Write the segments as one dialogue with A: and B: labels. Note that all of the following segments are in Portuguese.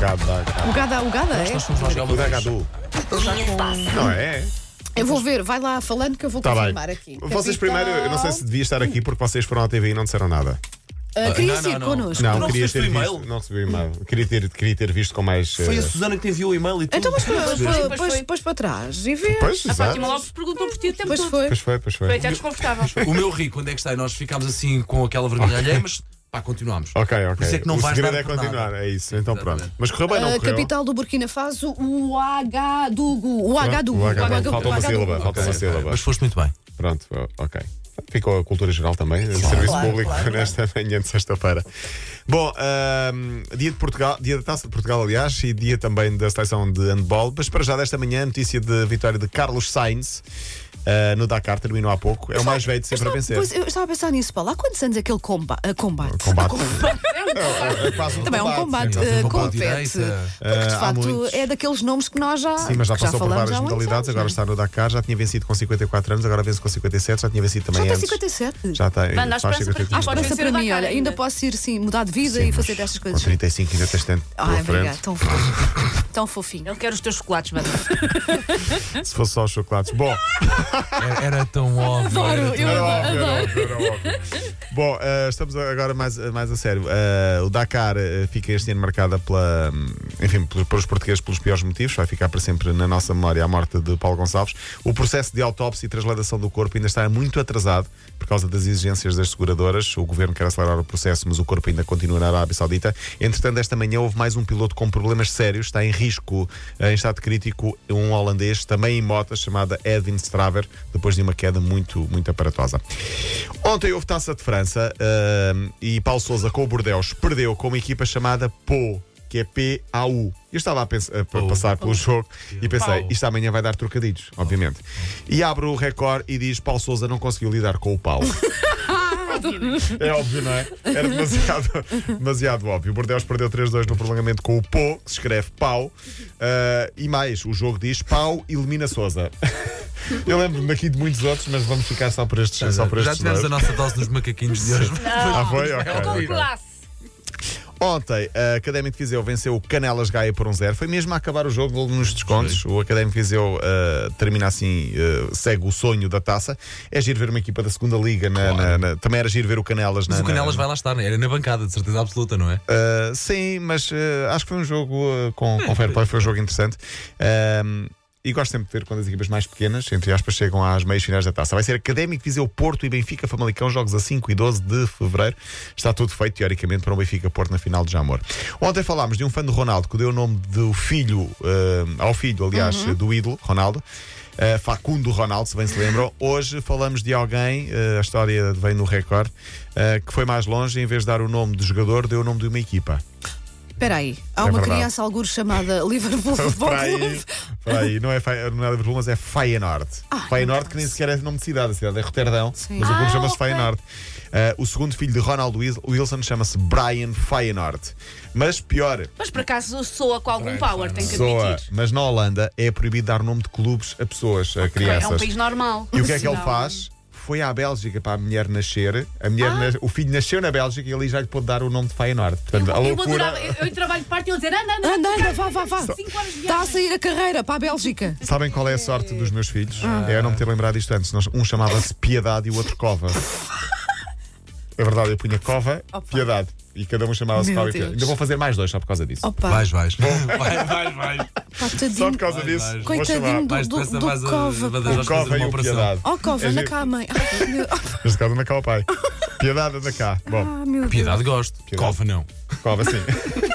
A: O Gada é?
B: Nós fomos lá jogar
C: O da Gadu. Não é?
A: Eu vou ver, vai lá falando que eu vou
C: Tá bem.
A: confirmar aqui.
C: Vocês primeiro, eu não sei se devia estar aqui porque vocês foram à TV e não disseram nada.
A: Querias ir connosco?
C: Não,
B: não
C: queria
B: recebeste
C: ter
B: o e-mail?
C: visto. Não recebi o e-mail. Queria ter visto com mais.
B: Foi a Susana que te enviou o e-mail e tudo.
A: Então, mas
D: foi.
A: depois para trás e vê.
C: Pois,
D: A
C: exato.
D: Fátima Lopes perguntou por ti o tempo
A: Pois
D: todo.
A: foi.
C: Pois
D: Foi
C: foi.
D: até desconfortável.
B: O meu ri, quando é que está? E nós ficámos assim com aquela vergonha alheia, mas pá, continuámos.
C: Ok.
B: Por isso é que não
C: o
B: vais
C: segredo
B: dar
C: é
B: por
C: continuar,
B: nada.
C: é isso. Então pronto.
B: Exatamente.
C: Mas correu bem, não
A: A
C: correu?
A: capital do Burkina Faso, o Agadugu. O Agadugu.
C: O Agadugu. Falta uma
A: Agadugu.
C: sílaba. Falta uma
B: Ok,
C: sílaba.
B: Mas foste muito bem.
C: Pronto, ok. Ficou a cultura geral também, o serviço público nesta manhã de sexta-feira. Bom, dia de Portugal, dia da Taça de Portugal, aliás, e dia também da seleção de handball. Mas para já desta manhã, notícia de vitória de Carlos Sainz no Dakar, terminou há pouco. É o mais velho de sempre a vencer.
A: Pois, eu estava a pensar nisso, Paulo. Há quantos anos é que ele combate?
C: Combate. É quase um
A: Também é um combate.
B: Sim,
A: Compete.
B: direita.
A: Porque de
C: há
A: facto
C: muitos.
A: é daqueles nomes que nós já.
C: Sim, mas já
A: que
C: passou por
A: falamos
C: várias
A: há muitos
C: modalidades,
A: anos,
C: agora
A: não é?
C: está no Dakar, já tinha vencido com 54 anos, agora vence com 57, já tinha vencido também
A: Já tem
C: antes.
A: 57.
C: Já tem.
D: Manda a
C: faz
D: esperança para
C: 58.
D: ti.
A: Há esperança
D: vencer
A: para
D: o
A: mim,
D: Dakar
A: olha, ainda
D: ainda.
A: posso ir sim, mudar de vida
C: Sim,
A: e fazer
C: mas
A: destas
C: com
A: coisas.
C: 35 ainda tens tempo pela
A: Ai,
C: frente.
A: obrigado, tão fofinho. Tão fofinho.
D: Ele quer os teus chocolates, mano.
C: Se fosse só os chocolates. Bom,
B: Era tão óbvio.
A: Adoro, eu
C: era
A: adoro.
C: óbvio, era óbvio. Bom, estamos agora mais a sério. O Dakar fica este ano marcada pelos portugueses pelos piores motivos. Vai ficar para sempre na nossa memória a morte de Paulo Gonçalves. O processo de autópsia e transladação do corpo ainda está muito atrasado por causa das exigências das seguradoras. O governo quer acelerar o processo, mas o corpo ainda continua na Arábia Saudita. Entretanto, esta manhã houve mais um piloto com problemas sérios. Está em risco, em estado crítico, um holandês, também em motas, chamada Edwin Straver, depois de uma queda muito aparatosa. Ontem houve Taça de França e Paulo Sousa com o Bordeaux perdeu com uma equipa chamada Pau, que é P-A-U. Eu estava a passar pelo jogo e pensei,
D: Pau.
C: isto amanhã vai dar trocadilhos, obviamente. E abre o recorde e diz: Paulo Sousa não conseguiu lidar com o pau. É óbvio, não é? Era demasiado óbvio. O Bordeaux perdeu 3-2 no prolongamento com o Pau, que se escreve pau. E mais, o jogo diz: Pau elimina Sousa. Eu lembro-me daqui de muitos outros, mas vamos ficar só por estes.
B: Já tivemos a nossa dose dos macaquinhos de hoje.
C: Foi? Ok.
D: Com classe.
C: Ontem, a Académico de Viseu venceu o Canelas Gaia por 1-0. Foi mesmo a acabar o jogo, gol nos descontos. O Académico de Viseu termina assim, segue o sonho da taça. É giro ver uma equipa da segunda Liga. Também era giro ver o Canelas.
B: Mas o Canelas vai lá estar, era na bancada, de certeza absoluta, não é?
C: Sim, mas acho que foi um jogo com fair play, foi um jogo interessante. E gosto sempre de ver quando as equipas mais pequenas, entre aspas, chegam às meias finais da taça. Vai ser Académico, Viseu, Porto e Benfica Famalicão, jogos a 5 e 12 de fevereiro. Está tudo feito, teoricamente, para um Benfica-Porto na final de Jamor. Ontem falámos de um fã do Ronaldo que deu o nome do filho, ao filho, aliás, do ídolo, Ronaldo. Facundo Ronaldo, se bem se lembram. Hoje falamos de alguém, a história vem no recorde, que foi mais longe, em vez de dar o nome do jogador, deu o nome de uma equipa.
A: Espera aí, há
C: É
A: uma
C: verdade.
A: criança algures chamada Liverpool Futebol Clube.
C: Para aí, não é Liverpool, mas é Feyenoord. Feyenoord, que nem sequer é nome de cidade, a cidade é Roterdão,
A: Sim.
C: mas o clube chama-se
D: ok.
C: Feyenoord. O segundo filho de Ronald Wilson chama-se Brian Feyenoord. Mas pior,
D: Mas por acaso soa com algum power, tenho que
C: soa,
D: admitir.
C: mas na Holanda é proibido dar nome de clubes a pessoas, a
D: É um
C: crianças.
D: país normal.
C: E o que é que ele
D: Não.
C: faz? Foi à Bélgica para a mulher nascer. O filho nasceu na Bélgica e ali já lhe pôde dar o nome de Feyenoord. Portanto, a
D: Eu vou
C: loucura.
D: adorar, eu trabalho de parte e ele dizer anda.
A: Anda, vá.
D: 5 horas de
A: Está a
D: viagem.
A: sair a carreira para a Bélgica.
C: Sabem qual é a sorte dos meus filhos? É eu não me ter lembrado isto antes. Um chamava-se Piedade e o outro Cova. É verdade, eu punha Cova,
A: Opa.
C: Piedade. E cada um chamava-se
A: Meu
C: Cova e
A: Deus.
C: Piedade. Ainda vou fazer mais dois só por causa disso.
A: Opa,
B: Vais. Vai.
C: Só
A: tadinho,
C: por causa disso,
B: Vai.
C: vou chamar.
A: coitadinho
B: Mais
A: do
B: depressa vais a
A: Cova.
B: Badajoz
C: O
B: fazer
C: Cova e
B: uma
C: o
B: operação.
C: Piedade.
A: Oh, Cova,
C: É
A: anda
C: giro.
A: cá, mãe. Ai, meu-
C: Neste caso anda cá o pai. Piedade anda cá. Bom,
A: meu Deus.
B: Piedade gosto. Cova não.
C: Cova sim.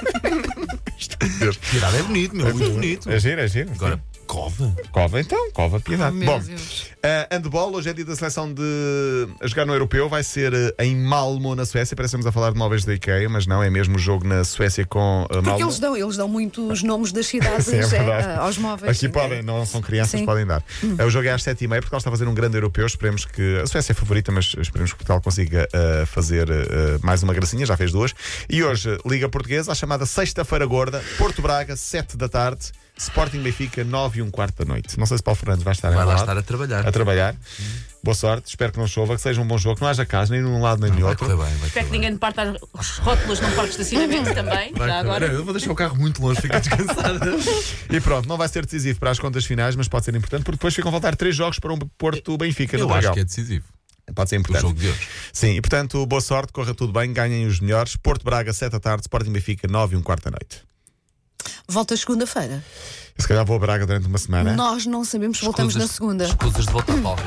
B: Piedade é bonito, meu. Muito bonito.
C: É giro.
B: Agora, Cova?
C: Cova então, Cova, Piedade.
A: Meu
C: Bom,
A: Deus.
C: handball, hoje é dia da seleção a jogar no Europeu, vai ser em Malmo, na Suécia. Parecemos a falar de móveis da IKEA, mas não, é mesmo o jogo na Suécia com
A: Porque
C: Malmo.
A: eles dão muitos nomes das cidades
C: Sim, é verdade.
A: aos móveis.
C: Aqui podem, não são crianças,
A: Sim.
C: podem dar. O jogo é às 7h30, Portugal está a fazer um grande europeu. Esperemos que a Suécia é favorita, mas esperemos que Portugal consiga fazer mais uma gracinha, já fez duas. E hoje, Liga Portuguesa, a chamada Sexta-feira Gorda, Porto Braga, 7 da tarde, Sporting Benfica, 9h15 da noite. Não sei se Paulo Fernandes vai estar
B: Vai lá
C: enrolado
B: estar a trabalhar.
C: a trabalhar. Boa sorte, espero que não chova, que seja um bom jogo, que não haja caso nem num lado nem no
B: Vai
C: outro.
B: correr bem, vai
D: Espero
B: correr
D: que
B: bem.
D: ninguém parta os rótulos num parque de estacionamento também.
B: Vai
D: Já
B: correr.
D: agora.
B: Não, eu vou deixar o carro muito longe, fica descansada.
C: E pronto, não vai ser decisivo para as contas finais, mas pode ser importante porque depois ficam a faltar 3 jogos para um Porto-Benfica no
B: Eu acho
C: Dragão.
B: que é decisivo.
C: Pode ser
B: O
C: importante.
B: jogo de hoje.
C: Sim, e portanto, boa sorte, corra tudo bem, ganhem os melhores. Porto Braga, 7 da tarde, Sporting Benfica, 9h15 da noite.
A: Volta segunda-feira.
C: Eu, se calhar vou a Braga durante uma semana.
A: Nós não sabemos se voltamos na segunda.
B: Escusas de volta a Paulo.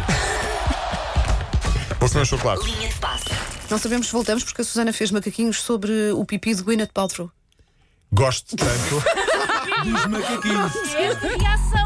C: Vou comer um chocolate.
E: Linha de passe.
A: Não sabemos se voltamos porque a Susana fez macaquinhos sobre o pipi de Gwyneth Paltrow.
C: Gosto tanto.
B: Dos macaquinhos.
D: Reação.